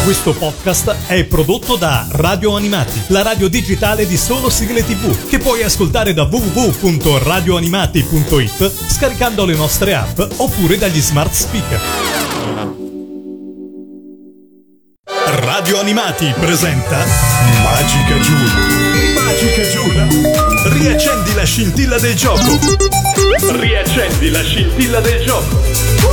Questo podcast è prodotto da Radio Animati, la radio digitale di solo sigle TV, che puoi ascoltare da www.radioanimati.it scaricando le nostre app oppure dagli smart speaker. Radio Animati presenta Magica Giulia. Magica Giulia. Riaccendi la scintilla del gioco. Riaccendi la scintilla del gioco.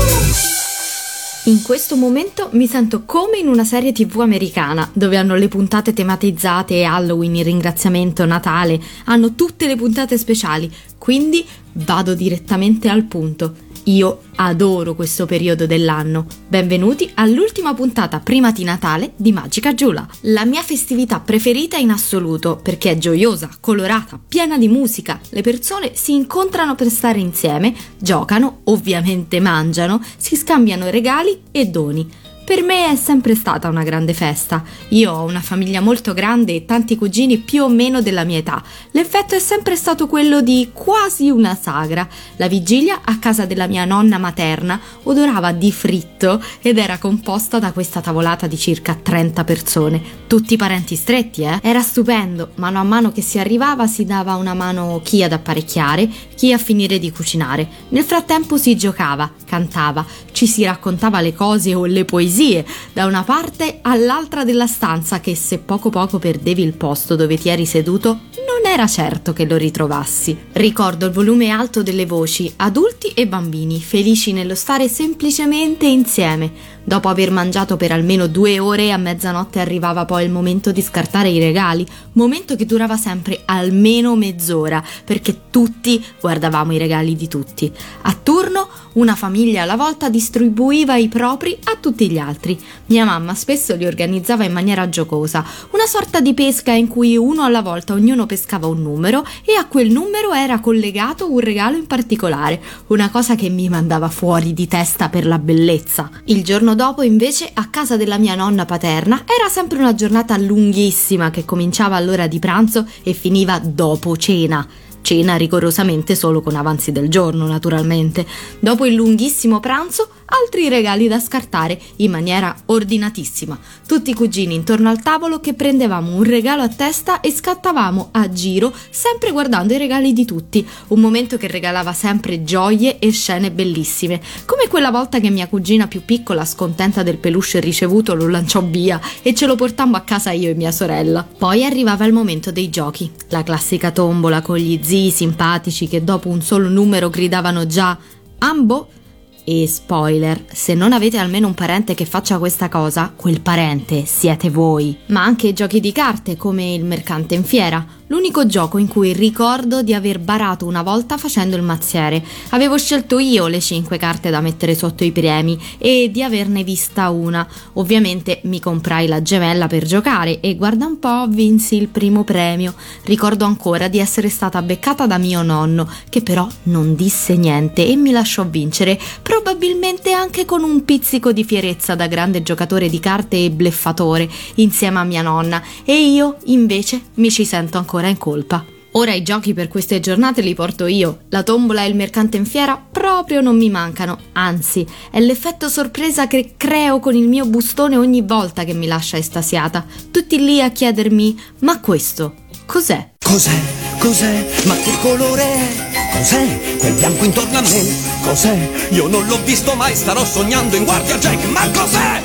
In questo momento mi sento come in una serie TV americana, dove hanno le puntate tematizzate, Halloween, il ringraziamento, Natale, hanno tutte le puntate speciali, quindi vado direttamente al punto. Io adoro questo periodo dell'anno. Benvenuti all'ultima puntata prima di Natale di Magica Giulia, la mia festività preferita in assoluto, perché è gioiosa, colorata, piena di musica. Le persone si incontrano per stare insieme, giocano, ovviamente mangiano, si scambiano regali e doni. Per me è sempre stata una grande festa. Io ho una famiglia molto grande e tanti cugini più o meno della mia età. L'effetto è sempre stato quello di quasi una sagra. La vigilia a casa della mia nonna materna odorava di fritto ed era composta da questa tavolata di circa 30 persone. Tutti parenti stretti, Era stupendo. Mano a mano che si arrivava si dava una mano chi ad apparecchiare, chi a finire di cucinare. Nel frattempo si giocava, cantava, ci si raccontava le cose o le poesie da una parte all'altra della stanza, che se poco perdevi il posto dove ti eri seduto non era certo che lo ritrovassi. Ricordo il volume alto delle voci, adulti e bambini, felici nello stare semplicemente insieme. Dopo aver mangiato per almeno 2 ore, a mezzanotte arrivava poi il momento di scartare i regali, momento che durava sempre almeno mezz'ora, perché tutti guardavamo i regali di tutti. A turno, una famiglia alla volta distribuiva i propri a tutti gli altri. Mia mamma spesso li organizzava in maniera giocosa, una sorta di pesca in cui uno alla volta ognuno pescava un numero e a quel numero era collegato un regalo in particolare, una cosa che mi mandava fuori di testa per la bellezza. Il giorno dopo, invece, a casa della mia nonna paterna era sempre una giornata lunghissima che cominciava all'ora di pranzo e finiva dopo cena. Cena rigorosamente solo con avanzi del giorno, naturalmente. Dopo il lunghissimo pranzo, altri regali da scartare in maniera ordinatissima. Tutti i cugini intorno al tavolo che prendevamo un regalo a testa e scattavamo a giro, sempre guardando i regali di tutti. Un momento che regalava sempre gioie e scene bellissime, come quella volta che mia cugina più piccola, scontenta del peluche ricevuto, lo lanciò via e ce lo portammo a casa io e mia sorella. Poi arrivava il momento dei giochi, la classica tombola con gli zii simpatici che dopo un solo numero gridavano già "Ambo". E spoiler, se non avete almeno un parente che faccia questa cosa, quel parente siete voi. Ma anche giochi di carte come il mercante in fiera, l'unico gioco in cui ricordo di aver barato una volta facendo il mazziere. Avevo scelto io le 5 carte da mettere sotto i premi e di averne vista una. Ovviamente mi comprai la gemella per giocare e guarda un po' vinsi il primo premio. Ricordo ancora di essere stata beccata da mio nonno, che però non disse niente e mi lasciò vincere, probabilmente anche con un pizzico di fierezza da grande giocatore di carte e bleffatore insieme a mia nonna, e io invece mi ci sento ancora in colpa. Ora i giochi per queste giornate li porto io. La tombola e il mercante in fiera proprio non mi mancano, anzi è l'effetto sorpresa che creo con il mio bustone ogni volta che mi lascia estasiata. Tutti lì a chiedermi: ma questo cos'è? Cos'è? Ma che colore è? Cos'è? Quel bianco intorno a me? Cos'è? Io non l'ho visto mai, starò sognando in guardia Jack. Ma cos'è?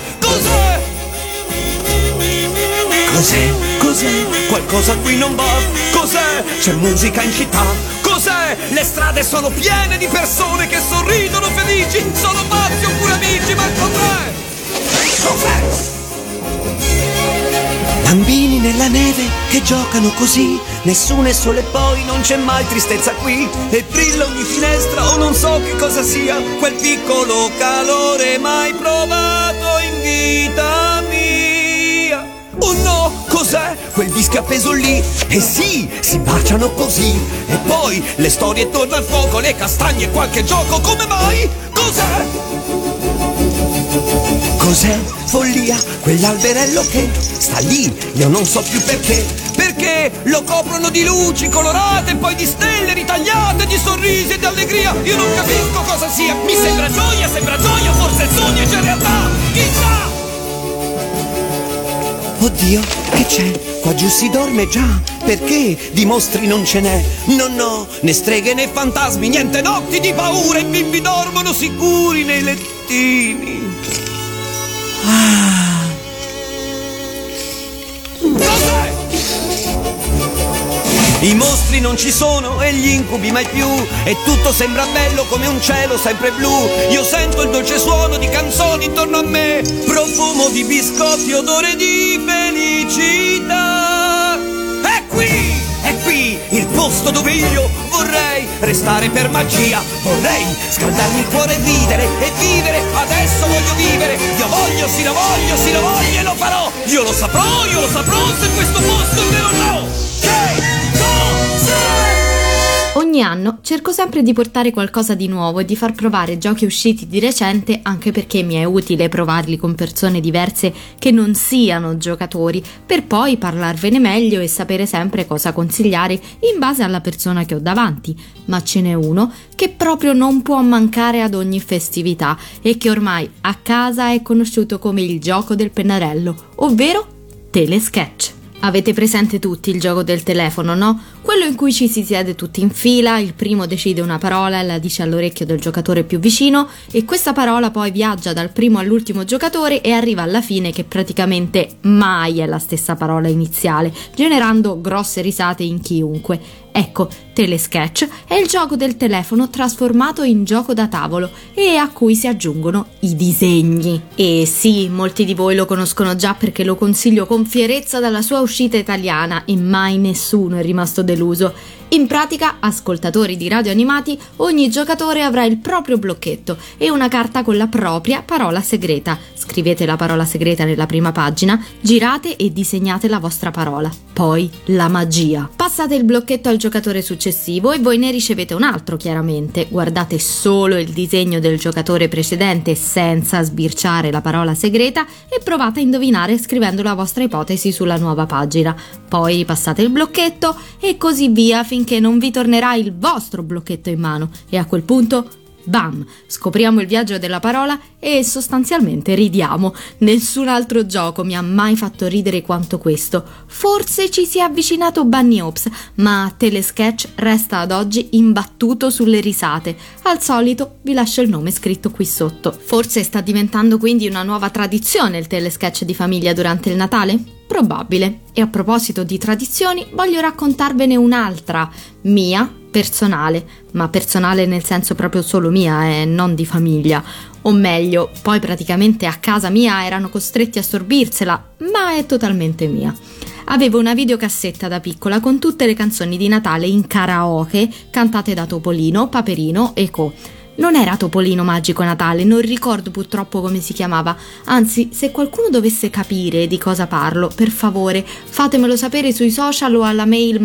Cos'è? Qualcosa qui non va. Cos'è? C'è musica in città. Cos'è? Le strade sono piene di persone che sorridono felici. Sono pazzi oppure amici, ma cos'è? Bambini nella neve che giocano così, nessuno è solo e poi non c'è mai tristezza qui. E brilla ogni finestra o non so che cosa sia, quel piccolo calore mai provato in vita mia. Oh no, cos'è? Quel disco appeso lì, e sì, si baciano così. E poi le storie attorno al fuoco, le castagne e qualche gioco, come mai? Cos'è? Cos'è? Follia, quell'alberello che sta lì, io non so più perché lo coprono di luci colorate e poi di stelle ritagliate, di sorrisi e di allegria. Io non capisco cosa sia, mi sembra gioia, forse il sogno c'è in realtà, chissà. Oddio, che c'è? Qua giù si dorme già. Perché di mostri non ce n'è? No, né streghe né fantasmi, niente notti di paura. I bimbi dormono sicuri nei lettini. Cos'è? I mostri non ci sono e gli incubi mai più. E tutto sembra bello come un cielo sempre blu. Io sento il dolce suono di canzoni intorno a me, profumo di biscotti, odore di felicità. È qui, il posto dove io vorrei restare per magia. Vorrei scaldarmi il cuore e ridere e vivere. Adesso voglio vivere. Io voglio, sì lo voglio e lo farò. Io lo saprò se questo posto è vero o no. Ogni anno cerco sempre di portare qualcosa di nuovo e di far provare giochi usciti di recente, anche perché mi è utile provarli con persone diverse che non siano giocatori, per poi parlarvene meglio e sapere sempre cosa consigliare in base alla persona che ho davanti. Ma ce n'è uno che proprio non può mancare ad ogni festività e che ormai a casa è conosciuto come il gioco del pennarello, ovvero Telesketch. Avete presente tutti il gioco del telefono, no? Quello in cui ci si siede tutti in fila, il primo decide una parola e la dice all'orecchio del giocatore più vicino e questa parola poi viaggia dal primo all'ultimo giocatore e arriva alla fine che praticamente mai è la stessa parola iniziale, generando grosse risate in chiunque. Ecco, Telesketch è il gioco del telefono trasformato in gioco da tavolo e a cui si aggiungono i disegni. E sì, molti di voi lo conoscono già perché lo consiglio con fierezza dalla sua uscita italiana e mai nessuno è rimasto deluso. In pratica, ascoltatori di Radio Animati, ogni giocatore avrà il proprio blocchetto e una carta con la propria parola segreta. Scrivete la parola segreta nella prima pagina, girate e disegnate la vostra parola. Poi la magia. Passate il blocchetto al giocatore successivo e voi ne ricevete un altro, chiaramente. Guardate solo il disegno del giocatore precedente senza sbirciare la parola segreta e provate a indovinare scrivendo la vostra ipotesi sulla nuova pagina. Poi passate il blocchetto e così via finché non vi tornerà il vostro blocchetto in mano e a quel punto bam, scopriamo il viaggio della parola e sostanzialmente ridiamo. Nessun altro gioco mi ha mai fatto ridere quanto questo. Forse ci si è avvicinato Bunny Hopes, ma Telesketch resta ad oggi imbattuto sulle risate. Al solito vi lascio il nome scritto qui sotto. Forse sta diventando quindi una nuova tradizione il Telesketch di famiglia durante il Natale? Probabile. E a proposito di tradizioni, voglio raccontarvene un'altra, mia, personale, ma personale nel senso proprio solo mia, non di famiglia. O meglio, poi praticamente a casa mia erano costretti a sorbirsela, ma è totalmente mia. Avevo una videocassetta da piccola con tutte le canzoni di Natale in karaoke cantate da Topolino, Paperino e co. Non era Topolino Magico Natale, non ricordo purtroppo come si chiamava, anzi se qualcuno dovesse capire di cosa parlo, per favore fatemelo sapere sui social o alla mail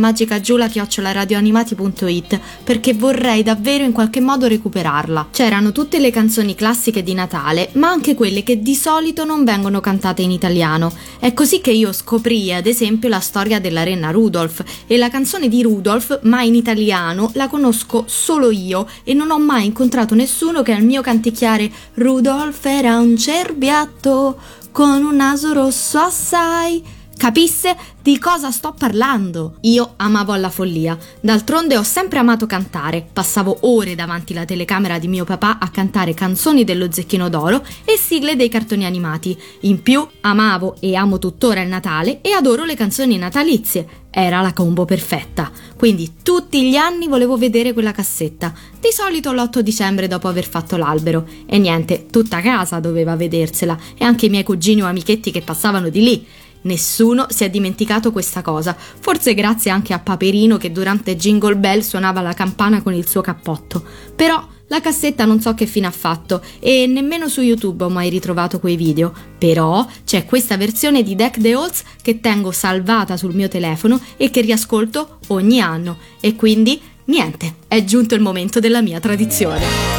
magicagiula@radioanimati.it perché vorrei davvero in qualche modo recuperarla. C'erano tutte le canzoni classiche di Natale, ma anche quelle che di solito non vengono cantate in italiano. È così che io scoprii ad esempio la storia della renna Rudolph e la canzone di Rudolph, ma in italiano la conosco solo io e non ho mai incontrato nessuno che al mio canticchiare Rudolph era un cerbiatto con un naso rosso assai capisse di cosa sto parlando. Io amavo alla follia, d'altronde ho sempre amato cantare, passavo ore davanti alla telecamera di mio papà a cantare canzoni dello Zecchino d'Oro e sigle dei cartoni animati. In più amavo e amo tuttora il Natale e adoro le canzoni natalizie. Era la combo perfetta, quindi tutti gli anni volevo vedere quella cassetta, di solito l'8 dicembre dopo aver fatto l'albero, e niente, tutta casa doveva vedersela e anche i miei cugini o amichetti che passavano di lì. Nessuno si è dimenticato questa cosa, forse grazie anche a Paperino che durante Jingle Bell suonava la campana con il suo cappotto. Però la cassetta non so che fine ha fatto e nemmeno su YouTube ho mai ritrovato quei video. Però c'è questa versione di Deck the Halls che tengo salvata sul mio telefono e che riascolto ogni anno. E quindi, niente, è giunto il momento della mia tradizione.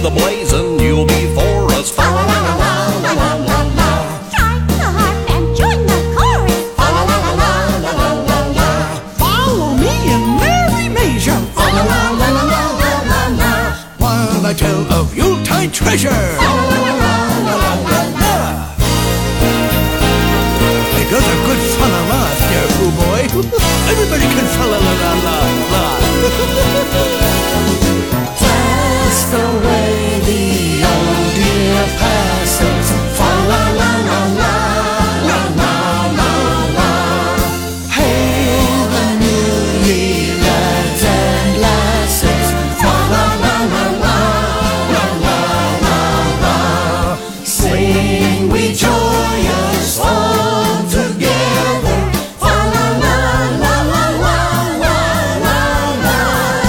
the blazing, you'll be for us. Fa la la la la la la la. Strike the harp and join the chorus. Fa la la la la la la la. Follow me in merry measure. Fa la la la la la la la. While I tell of Yuletide treasure. Fa la la la la la la la. Hey, those are good fa la las there, Pooh boy. Everybody can fa la la la la la. Just the way the old year passes. Fa la la la la la la la la. Hail the new year, lads and lasses. Fa la la la la la la la la. Sing we joyous all together. Fa la la la la la la la la.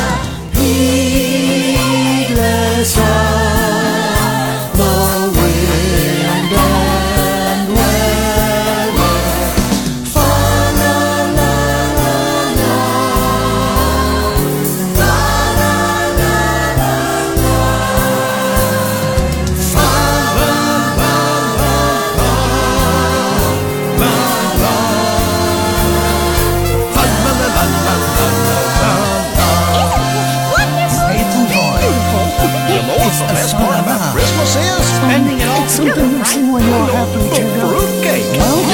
Heedless of the wind and weather. Fa la la la la. La la la la la. Fa la la la la. La la. Fa la la la la la la. Wonderful. You know what the best part about Christmas is? Spending it all together, right? Fruitcake.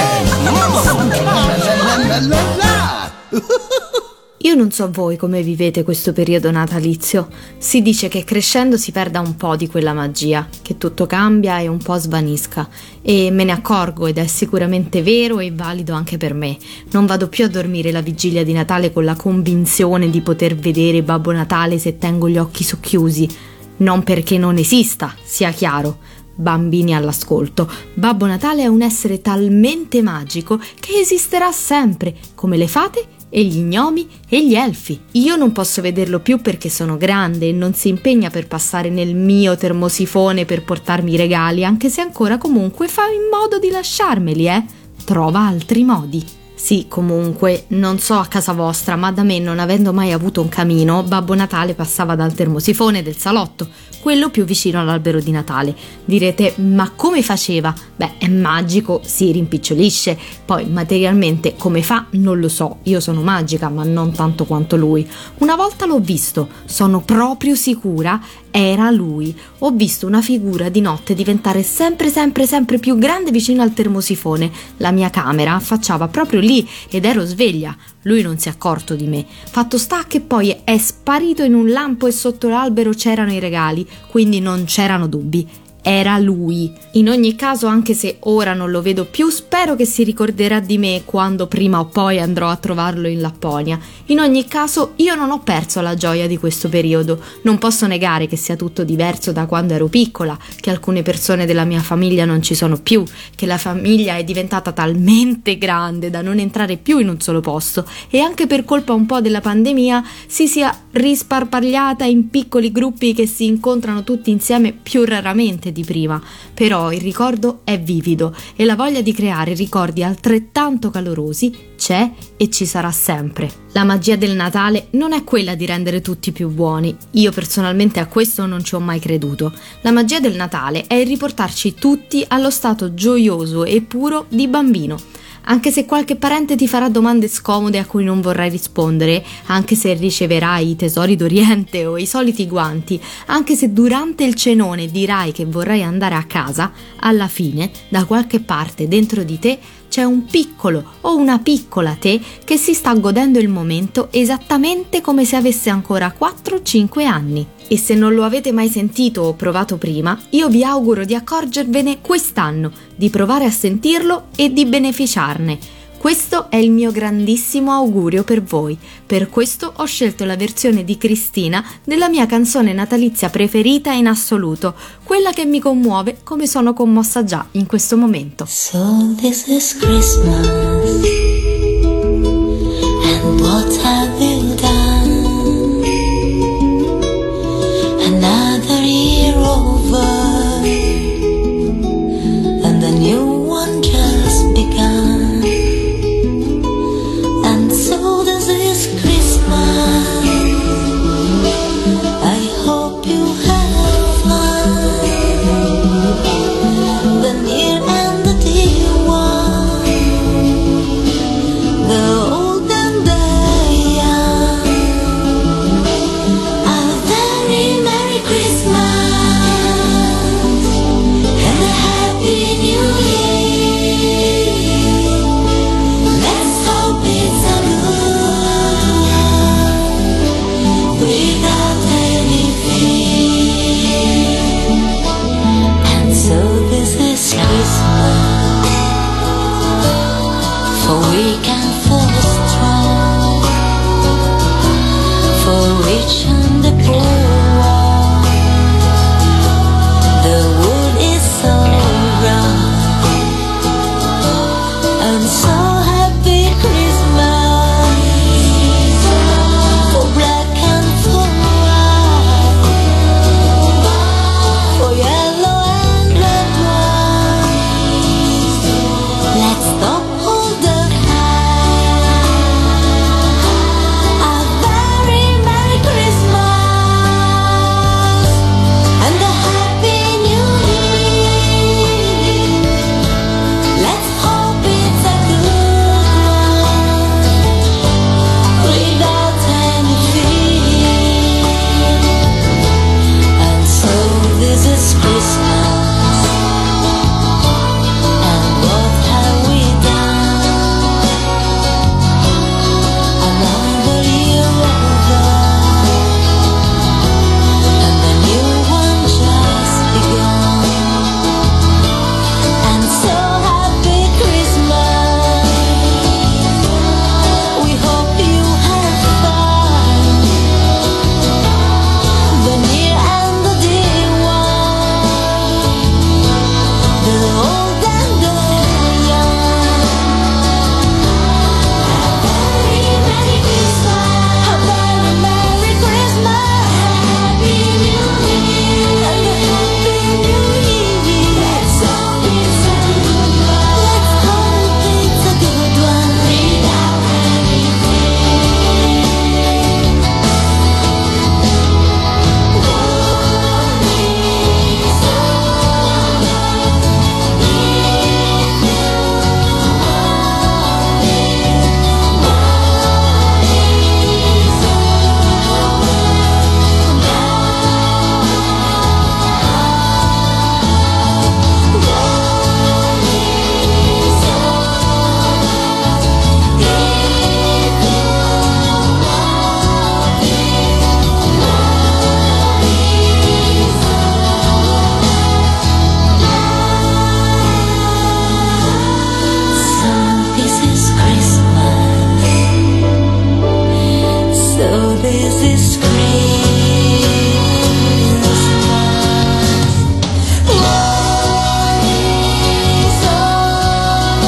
Io non so voi come vivete questo periodo natalizio. Si dice che crescendo si perda un po' di quella magia, che tutto cambia e un po' svanisca. E me ne accorgo ed è sicuramente vero e valido anche per me. Non vado più a dormire la vigilia di Natale con la convinzione di poter vedere Babbo Natale se tengo gli occhi socchiusi. Non perché non esista, sia chiaro. Bambini all'ascolto, Babbo Natale è un essere talmente magico che esisterà sempre, come le fate e gli gnomi e gli elfi. Io non posso vederlo più perché sono grande e non si impegna per passare nel mio termosifone per portarmi i regali, anche se ancora comunque fa in modo di lasciarmeli, Trova altri modi. Sì, comunque, non so a casa vostra, ma da me, non avendo mai avuto un camino, Babbo Natale passava dal termosifone del salotto, quello più vicino all'albero di Natale. Direte, ma come faceva? Beh, è magico, si rimpicciolisce. Poi, materialmente, come fa? Non lo so, io sono magica, ma non tanto quanto lui. Una volta l'ho visto, sono proprio sicura, era lui. Ho visto una figura di notte diventare sempre più grande vicino al termosifone. La mia camera affacciava proprio lì ed ero sveglia. Lui non si è accorto di me. Fatto sta che poi è sparito in un lampo e sotto l'albero c'erano i regali, quindi non c'erano dubbi. Era lui. In ogni caso, anche se ora non lo vedo più, spero che si ricorderà di me quando prima o poi andrò a trovarlo in Lapponia. In ogni caso, io non ho perso la gioia di questo periodo. Non posso negare che sia tutto diverso da quando ero piccola, che alcune persone della mia famiglia non ci sono più, che la famiglia è diventata talmente grande da non entrare più in un solo posto e anche per colpa un po' della pandemia si sia risparpagliata in piccoli gruppi che si incontrano tutti insieme più raramente di prima. Però il ricordo è vivido e la voglia di creare ricordi altrettanto calorosi c'è e ci sarà sempre. La magia del Natale non è quella di rendere tutti più buoni. Io personalmente a questo non ci ho mai creduto. La magia del Natale è il riportarci tutti allo stato gioioso e puro di bambino. Anche se qualche parente ti farà domande scomode a cui non vorrai rispondere, anche se riceverai i tesori d'Oriente o i soliti guanti, anche se durante il cenone dirai che vorrai andare a casa, alla fine, da qualche parte dentro di te, c'è un piccolo o una piccola te che si sta godendo il momento esattamente come se avesse ancora 4-5 anni. E se non lo avete mai sentito o provato prima, io vi auguro di accorgervene quest'anno, di provare a sentirlo e di beneficiarne. Questo è il mio grandissimo augurio per voi. Per questo ho scelto la versione di Cristina della mia canzone natalizia preferita in assoluto, quella che mi commuove come sono commossa già in questo momento. So this is Christmas, and what have you done? Another year over, and the new one just begun. And so this is Christmas, I hope you have fun. This is Christmas. What is all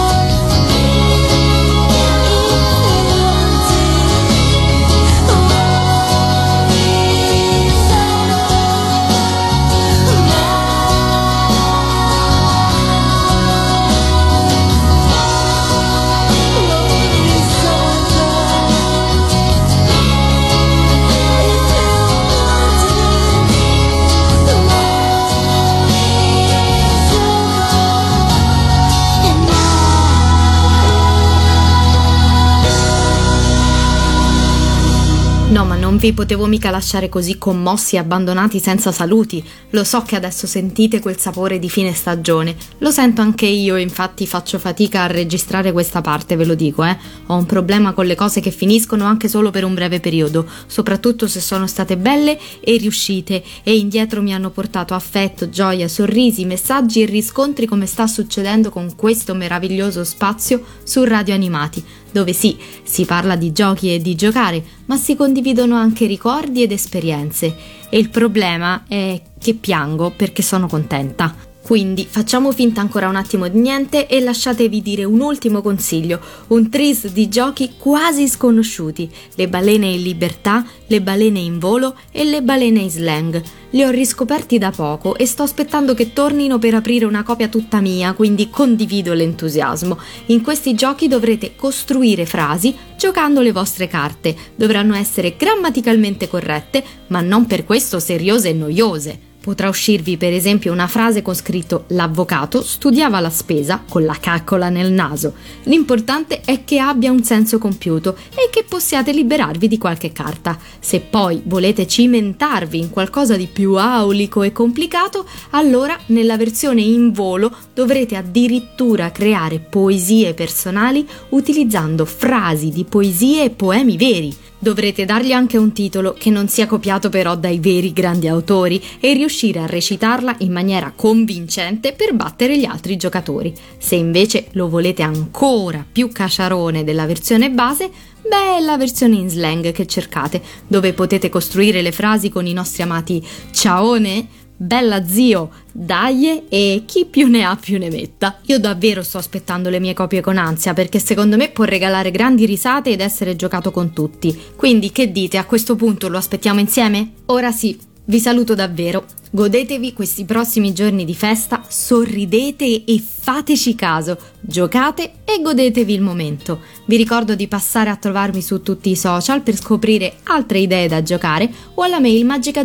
No, ma non vi potevo mica lasciare così commossi e abbandonati senza saluti. Lo so che adesso sentite quel sapore di fine stagione. Lo sento anche io, infatti faccio fatica a registrare questa parte, ve lo dico, Ho un problema con le cose che finiscono anche solo per un breve periodo, soprattutto se sono state belle e riuscite e indietro mi hanno portato affetto, gioia, sorrisi, messaggi e riscontri, come sta succedendo con questo meraviglioso spazio su Radio Animati, dove sì, si parla di giochi e di giocare, ma si condividono anche ricordi ed esperienze. E il problema è che piango perché sono contenta. Quindi facciamo finta ancora un attimo di niente e lasciatevi dire un ultimo consiglio, un tris di giochi quasi sconosciuti: le balene in libertà, le balene in volo e le balene in slang. Li ho riscoperti da poco e sto aspettando che tornino per aprire una copia tutta mia, quindi condivido l'entusiasmo. In questi giochi dovrete costruire frasi giocando le vostre carte. Dovranno essere grammaticalmente corrette, ma non per questo seriose e noiose. Potrà uscirvi per esempio una frase con scritto «L'avvocato studiava la spesa con la caccola nel naso». L'importante è che abbia un senso compiuto e che possiate liberarvi di qualche carta. Se poi volete cimentarvi in qualcosa di più aulico e complicato, allora nella versione in volo dovrete addirittura creare poesie personali utilizzando frasi di poesie e poemi veri. Dovrete dargli anche un titolo che non sia copiato però dai veri grandi autori e riuscire a recitarla in maniera convincente per battere gli altri giocatori. Se invece lo volete ancora più caciarone della versione base, beh, è la versione in slang che cercate, dove potete costruire le frasi con i nostri amati ciaone, bella zio, dai e chi più ne ha più ne metta. Io davvero sto aspettando le mie copie con ansia, perché secondo me può regalare grandi risate ed essere giocato con tutti. Quindi che dite, a questo punto lo aspettiamo insieme? Ora sì, vi saluto davvero. Godetevi questi prossimi giorni di festa, sorridete e fateci caso, giocate e godetevi il momento. Vi ricordo di passare a trovarmi su tutti i social per scoprire altre idee da giocare o alla mail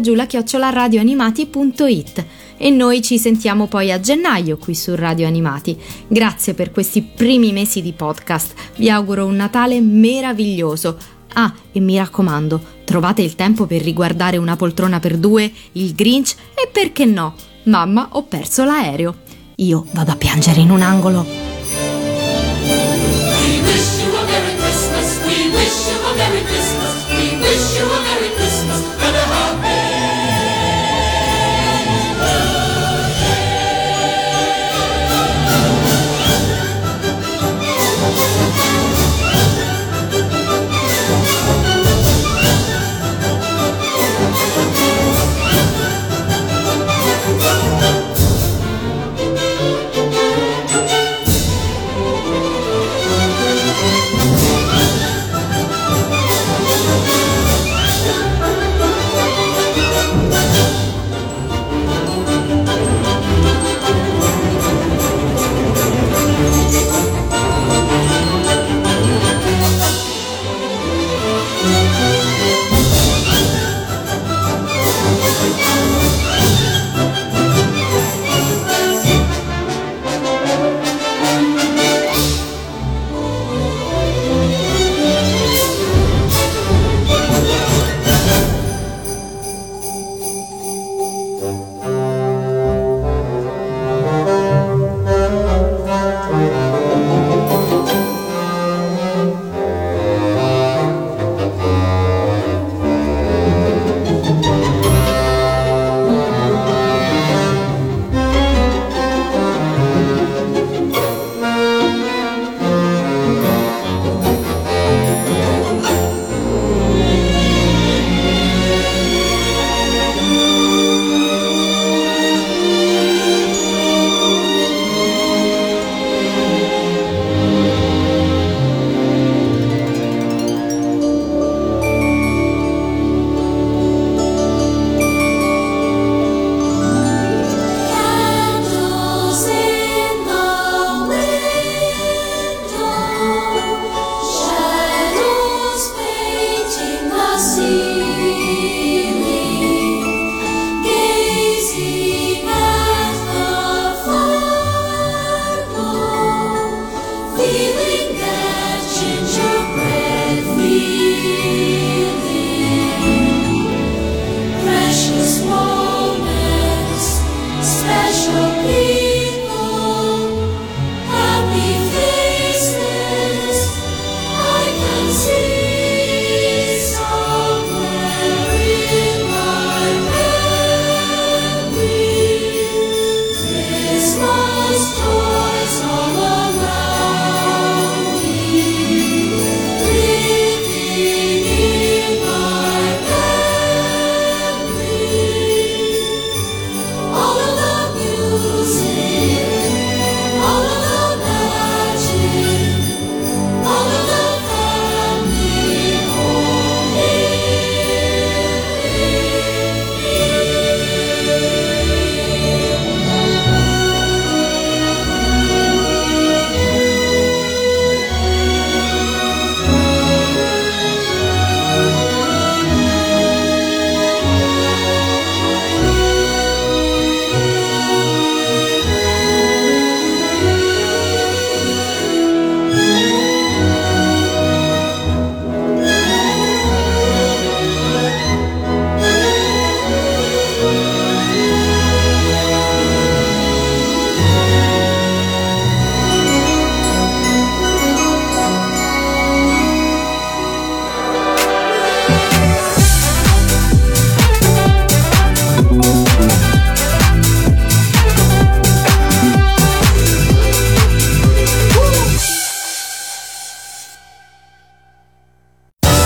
magicagiula@radioanimati.it. E noi ci sentiamo poi a gennaio qui su Radio Animati. Grazie per questi primi mesi di podcast, vi auguro un Natale meraviglioso. Ah, e mi raccomando, trovate il tempo per riguardare Una poltrona per due, Il Grinch e perché no, Mamma, ho perso l'aereo. Io vado a piangere in un angolo.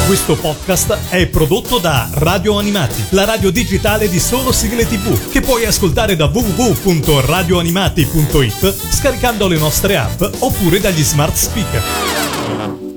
Questo podcast è prodotto da Radio Animati, la radio digitale di solo sigle TV, che puoi ascoltare da www.radioanimati.it scaricando le nostre app oppure dagli smart speaker.